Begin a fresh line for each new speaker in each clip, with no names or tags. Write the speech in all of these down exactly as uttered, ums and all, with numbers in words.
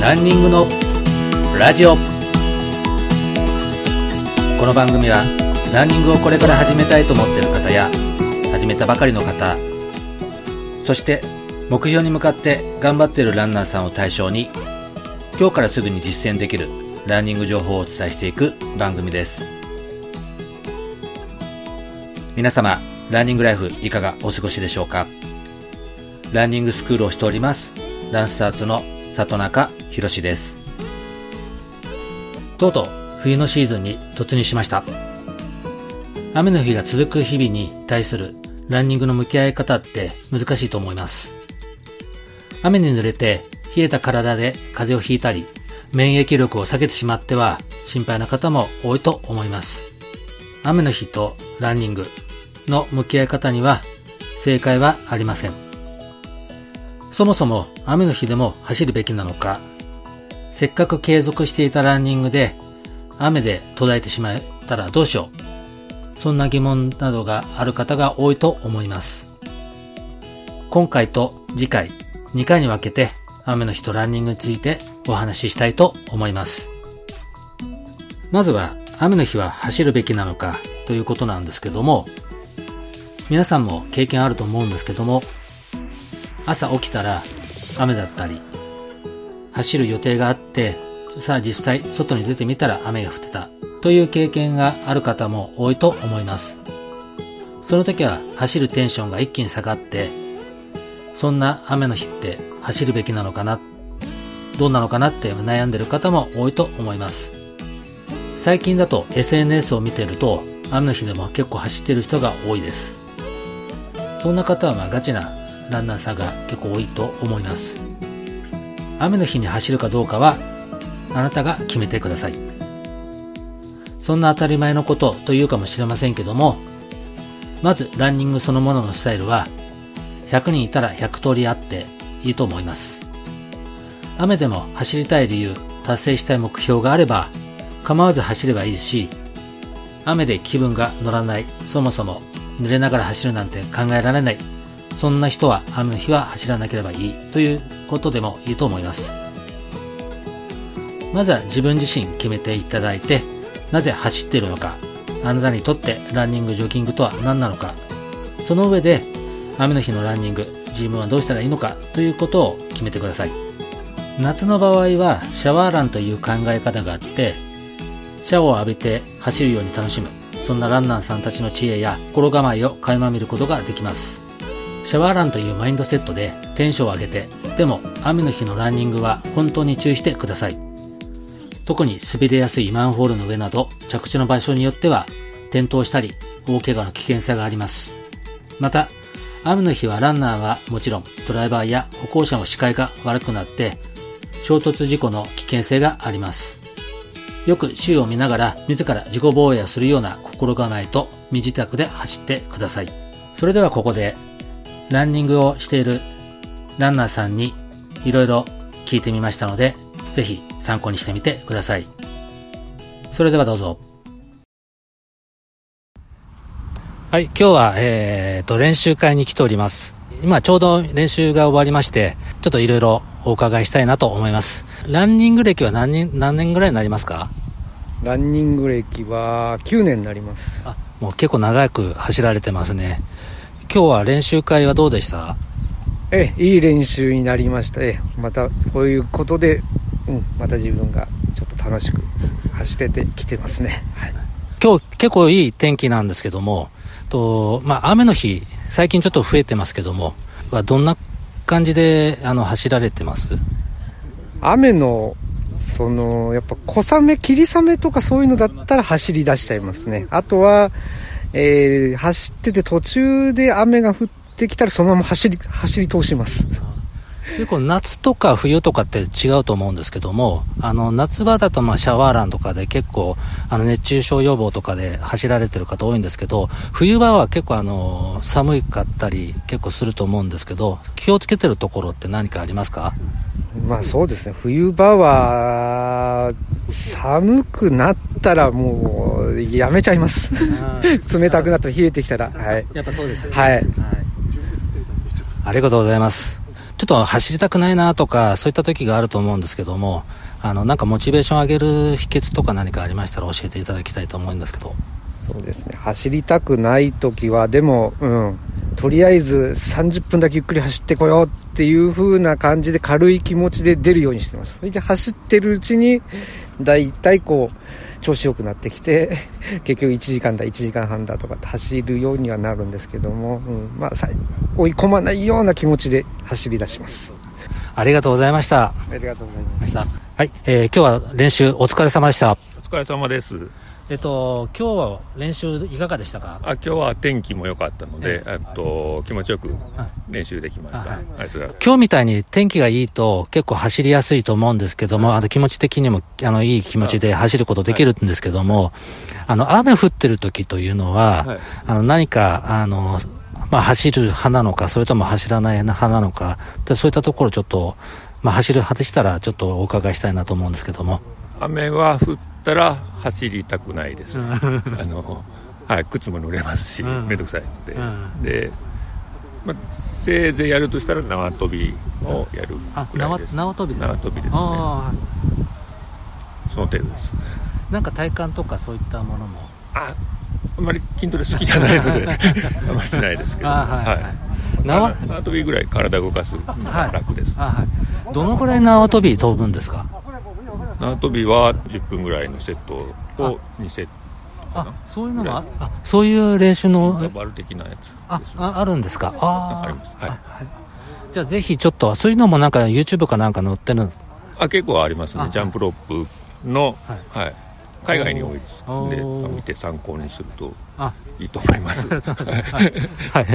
ランニングのラジオ。この番組はランニングをこれから始めたいと思っている方や始めたばかりの方、そして目標に向かって頑張っているランナーさんを対象に、今日からすぐに実践できるランニング情報をお伝えしていく番組です。皆様、ランニングライフいかがお過ごしでしょうか。ランニングスクールをしておりますランスターズの里中博です。とうとう冬のシーズンに突入しました。雨の日が続く日々に対するランニングの向き合い方って難しいと思います。雨に濡れて冷えた体で風邪をひいたり、免疫力を下げてしまっては心配な方も多いと思います。雨の日とランニングの向き合い方には正解はありません。そもそも雨の日でも走るべきなのか、せっかく継続していたランニングで雨で途絶えてしまったらどうしよう、そんな疑問などがある方が多いと思います。今回と次回にかいに分けて雨の日とランニングについてお話ししたいと思います。まずは雨の日は走るべきなのかということなんですけども、皆さんも経験あると思うんですけども、朝起きたら雨だったり、走る予定があってさあ実際外に出てみたら雨が降ってたという経験がある方も多いと思います。その時は走るテンションが一気に下がって、そんな雨の日って走るべきなのかな、どうなのかなって悩んでる方も多いと思います。最近だと エスエヌエス を見てると雨の日でも結構走ってる人が多いです。そんな方はまあガチなランナーさんが結構多いと思います。雨の日に走るかどうかはあなたが決めてください。そんな当たり前のことというかもしれませんけども、まずランニングそのもののスタイルはひゃくにんいたらひゃく通りあっていいと思います。雨でも走りたい理由、達成したい目標があれば構わず走ればいいし、雨で気分が乗らない、そもそも濡れながら走るなんて考えられない、そんな人は雨の日は走らなければいいということでもいいと思います。まずは自分自身決めていただいて、なぜ走っているのか、あなたにとってランニングジョギングとは何なのか、その上で雨の日のランニング自分はどうしたらいいのかということを決めてください。夏の場合はシャワーランという考え方があって、シャワーを浴びて走るように楽しむ、そんなランナーさんたちの知恵や心構えを垣間見ることができます。シャワーランというマインドセットでテンションを上げて、でも雨の日のランニングは本当に注意してください。特に滑りやすいマンホールの上など着地の場所によっては転倒したり大怪我の危険性があります。また雨の日はランナーはもちろんドライバーや歩行者も視界が悪くなって衝突事故の危険性があります。よく周囲を見ながら自ら自己防衛をするような心構えと身支度で走ってください。それではここでランニングをしているランナーさんにいろいろ聞いてみましたので、ぜひ参考にしてみてください。それではどうぞ。はい、今日は、えー、と練習会に来ております。今ちょうど練習が終わりまして、ちょっといろいろお伺いしたいなと思います。ランニング歴は何年、何年ぐらいになりますか？
ランニング歴はきゅうねんになります。
あ、もう結構長く走られてますね。今日は練習会はどうでした？
えいい練習になりました。えまたこういうことで、うん、また自分がちょっと楽しく走れてきてますね。はい、
今日結構いい天気なんですけども、と、まあ、雨の日最近ちょっと増えてますけども、どんな感じであの走られてます？
雨のそのやっぱ小雨、霧雨とかそういうのだったら走り出しちゃいますね。あとは、えー、走ってて途中で雨が降ってきたらそのまま走り走り通します。
結構夏とか冬とかって違うと思うんですけども、あの夏場だとまあシャワーランとかで結構あの熱中症予防とかで走られてる方多いんですけど、冬場は結構あの寒かったり結構すると思うんですけど、気をつけてるところって何かありますか？
まあそうですね、冬場は寒くなったらもうやめちゃいます冷たくなったら冷えてきたら、はい、
やっぱそうですよね。
はい、はい、
ありがとうございます。 ちょっと走りたくないなとかそういった時があると思うんですけども、あのなんかモチベーション上げる秘訣とか何かありましたら教えていただきたいと思うんですけど。
そうですね、走りたくない時はでも、うん、とりあえずさんじゅっぷんだけゆっくり走ってこようっていう風な感じで軽い気持ちで出るようにしてます。それで走ってるうちにだいたいこう調子よくなってきて結局いちじかんだいちじかんはんだとかって走るようにはなるんですけども、うんまあ、追い込まないような気持ちで走り出します。
ありがとうございました。
ありがとうございました。
はい、えー、今日は練習お疲れ様でした。
お疲れ様です。
えっと、今日は練習いかがでしたか？
あ、今日は天気も良かったので、えっと気持ちよく練習できました。はい、ありがとうございます。
今日みたいに天気がいいと結構走りやすいと思うんですけども、はい、あの気持ち的にもあのいい気持ちで走ることできるんですけども、はい、あの雨降ってる時というのは、はい、あの何かあの、まあ、走る派なのかそれとも走らない派なのか、そういったところちょっと、まあ、走る派でしたらちょっとお伺いしたいなと思うんですけども。
雨は降ったら走りたくないです。あの、はい、靴も濡れますし、うん、めんどくさいので、うん、で、まあ、せいぜいやるとしたら縄跳びをやるぐらいです。
縄跳び
縄跳びですね。その程度です。
なんか体幹とかそういったものも。
あ、あんまり筋トレ好きじゃないのであんまりしないですけど、はいはいはい、縄縄跳びぐらい体動かすのが楽です。
はいはい、どのぐらい縄跳び飛ぶんですか？
縄跳びはじゅっぷんぐらいのセットをにセットかな。
あ、そういうのも あ, あそういう練習の
バル的なやつです、ね、
あ, あ, あるんですか？あ
あります、はい、
はい、じゃあぜひちょっとそういうのもなんか YouTube かなんか載ってるんですか？
あ、結構ありますね。ジャンプロップの、はいはい、海外に多いですで見て参考にするといいと思いますはい、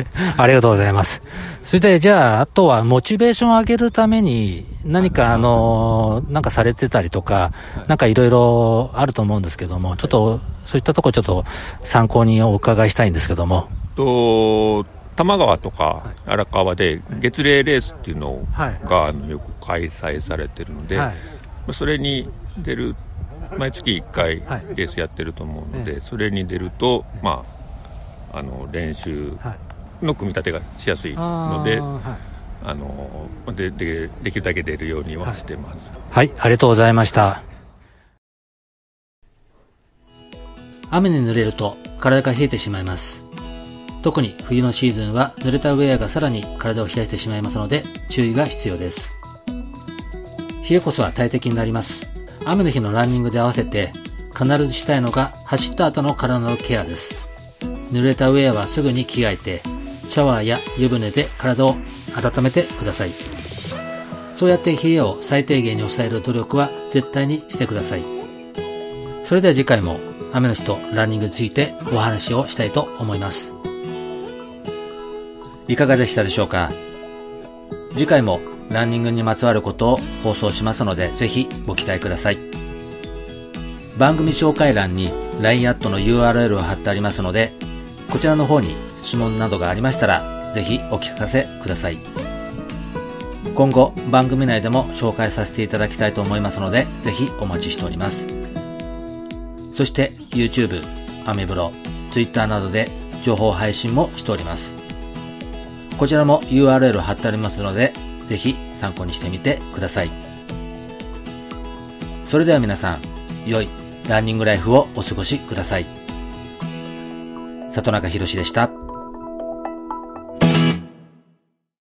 ありがとうございます。それでじゃああとはモチベーションを上げるために何かあのなんかされてたりとか、なんかいろいろあると思うんですけども、ちょっとそういったところちょっと参考にお伺いしたいんですけども。
と多摩川とか荒川で月齢レースっていうのがあのよく開催されてるので、それに出る毎月いっかいレースやってると思うので、はい、それに出ると、まあ、あの練習の組み立てがしやすいので、はい、あの で, で, できるだけ出るようにはしてます。
はい、はい、ありがとうございました。雨に濡れると体が冷えてしまいます。特に冬のシーズンは濡れたウェアがさらに体を冷やしてしまいますので注意が必要です。冷えこそは大敵になります。雨の日のランニングで合わせて必ずしたいのが走った後の体のケアです。濡れたウェアはすぐに着替えてシャワーや湯船で体を温めてください。そうやって冷えを最低限に抑える努力は絶対にしてください。それでは次回も雨の日とランニングについてお話をしたいと思います。いかがでしたでしょうか？次回もランニングにまつわることを放送しますので、ぜひご期待ください。番組紹介欄に ライン アットの ユーアールエル を貼ってありますので、こちらの方に質問などがありましたら、ぜひお聞かせください。今後、番組内でも紹介させていただきたいと思いますので、ぜひお待ちしております。そして YouTube、アメブロ、Twitter などで情報配信もしております。こちらも ユーアールエル 貼ってありますので、ぜひ参考にしてみてください。それでは皆さん、良いランニングライフをお過ごしください。里中博史でした。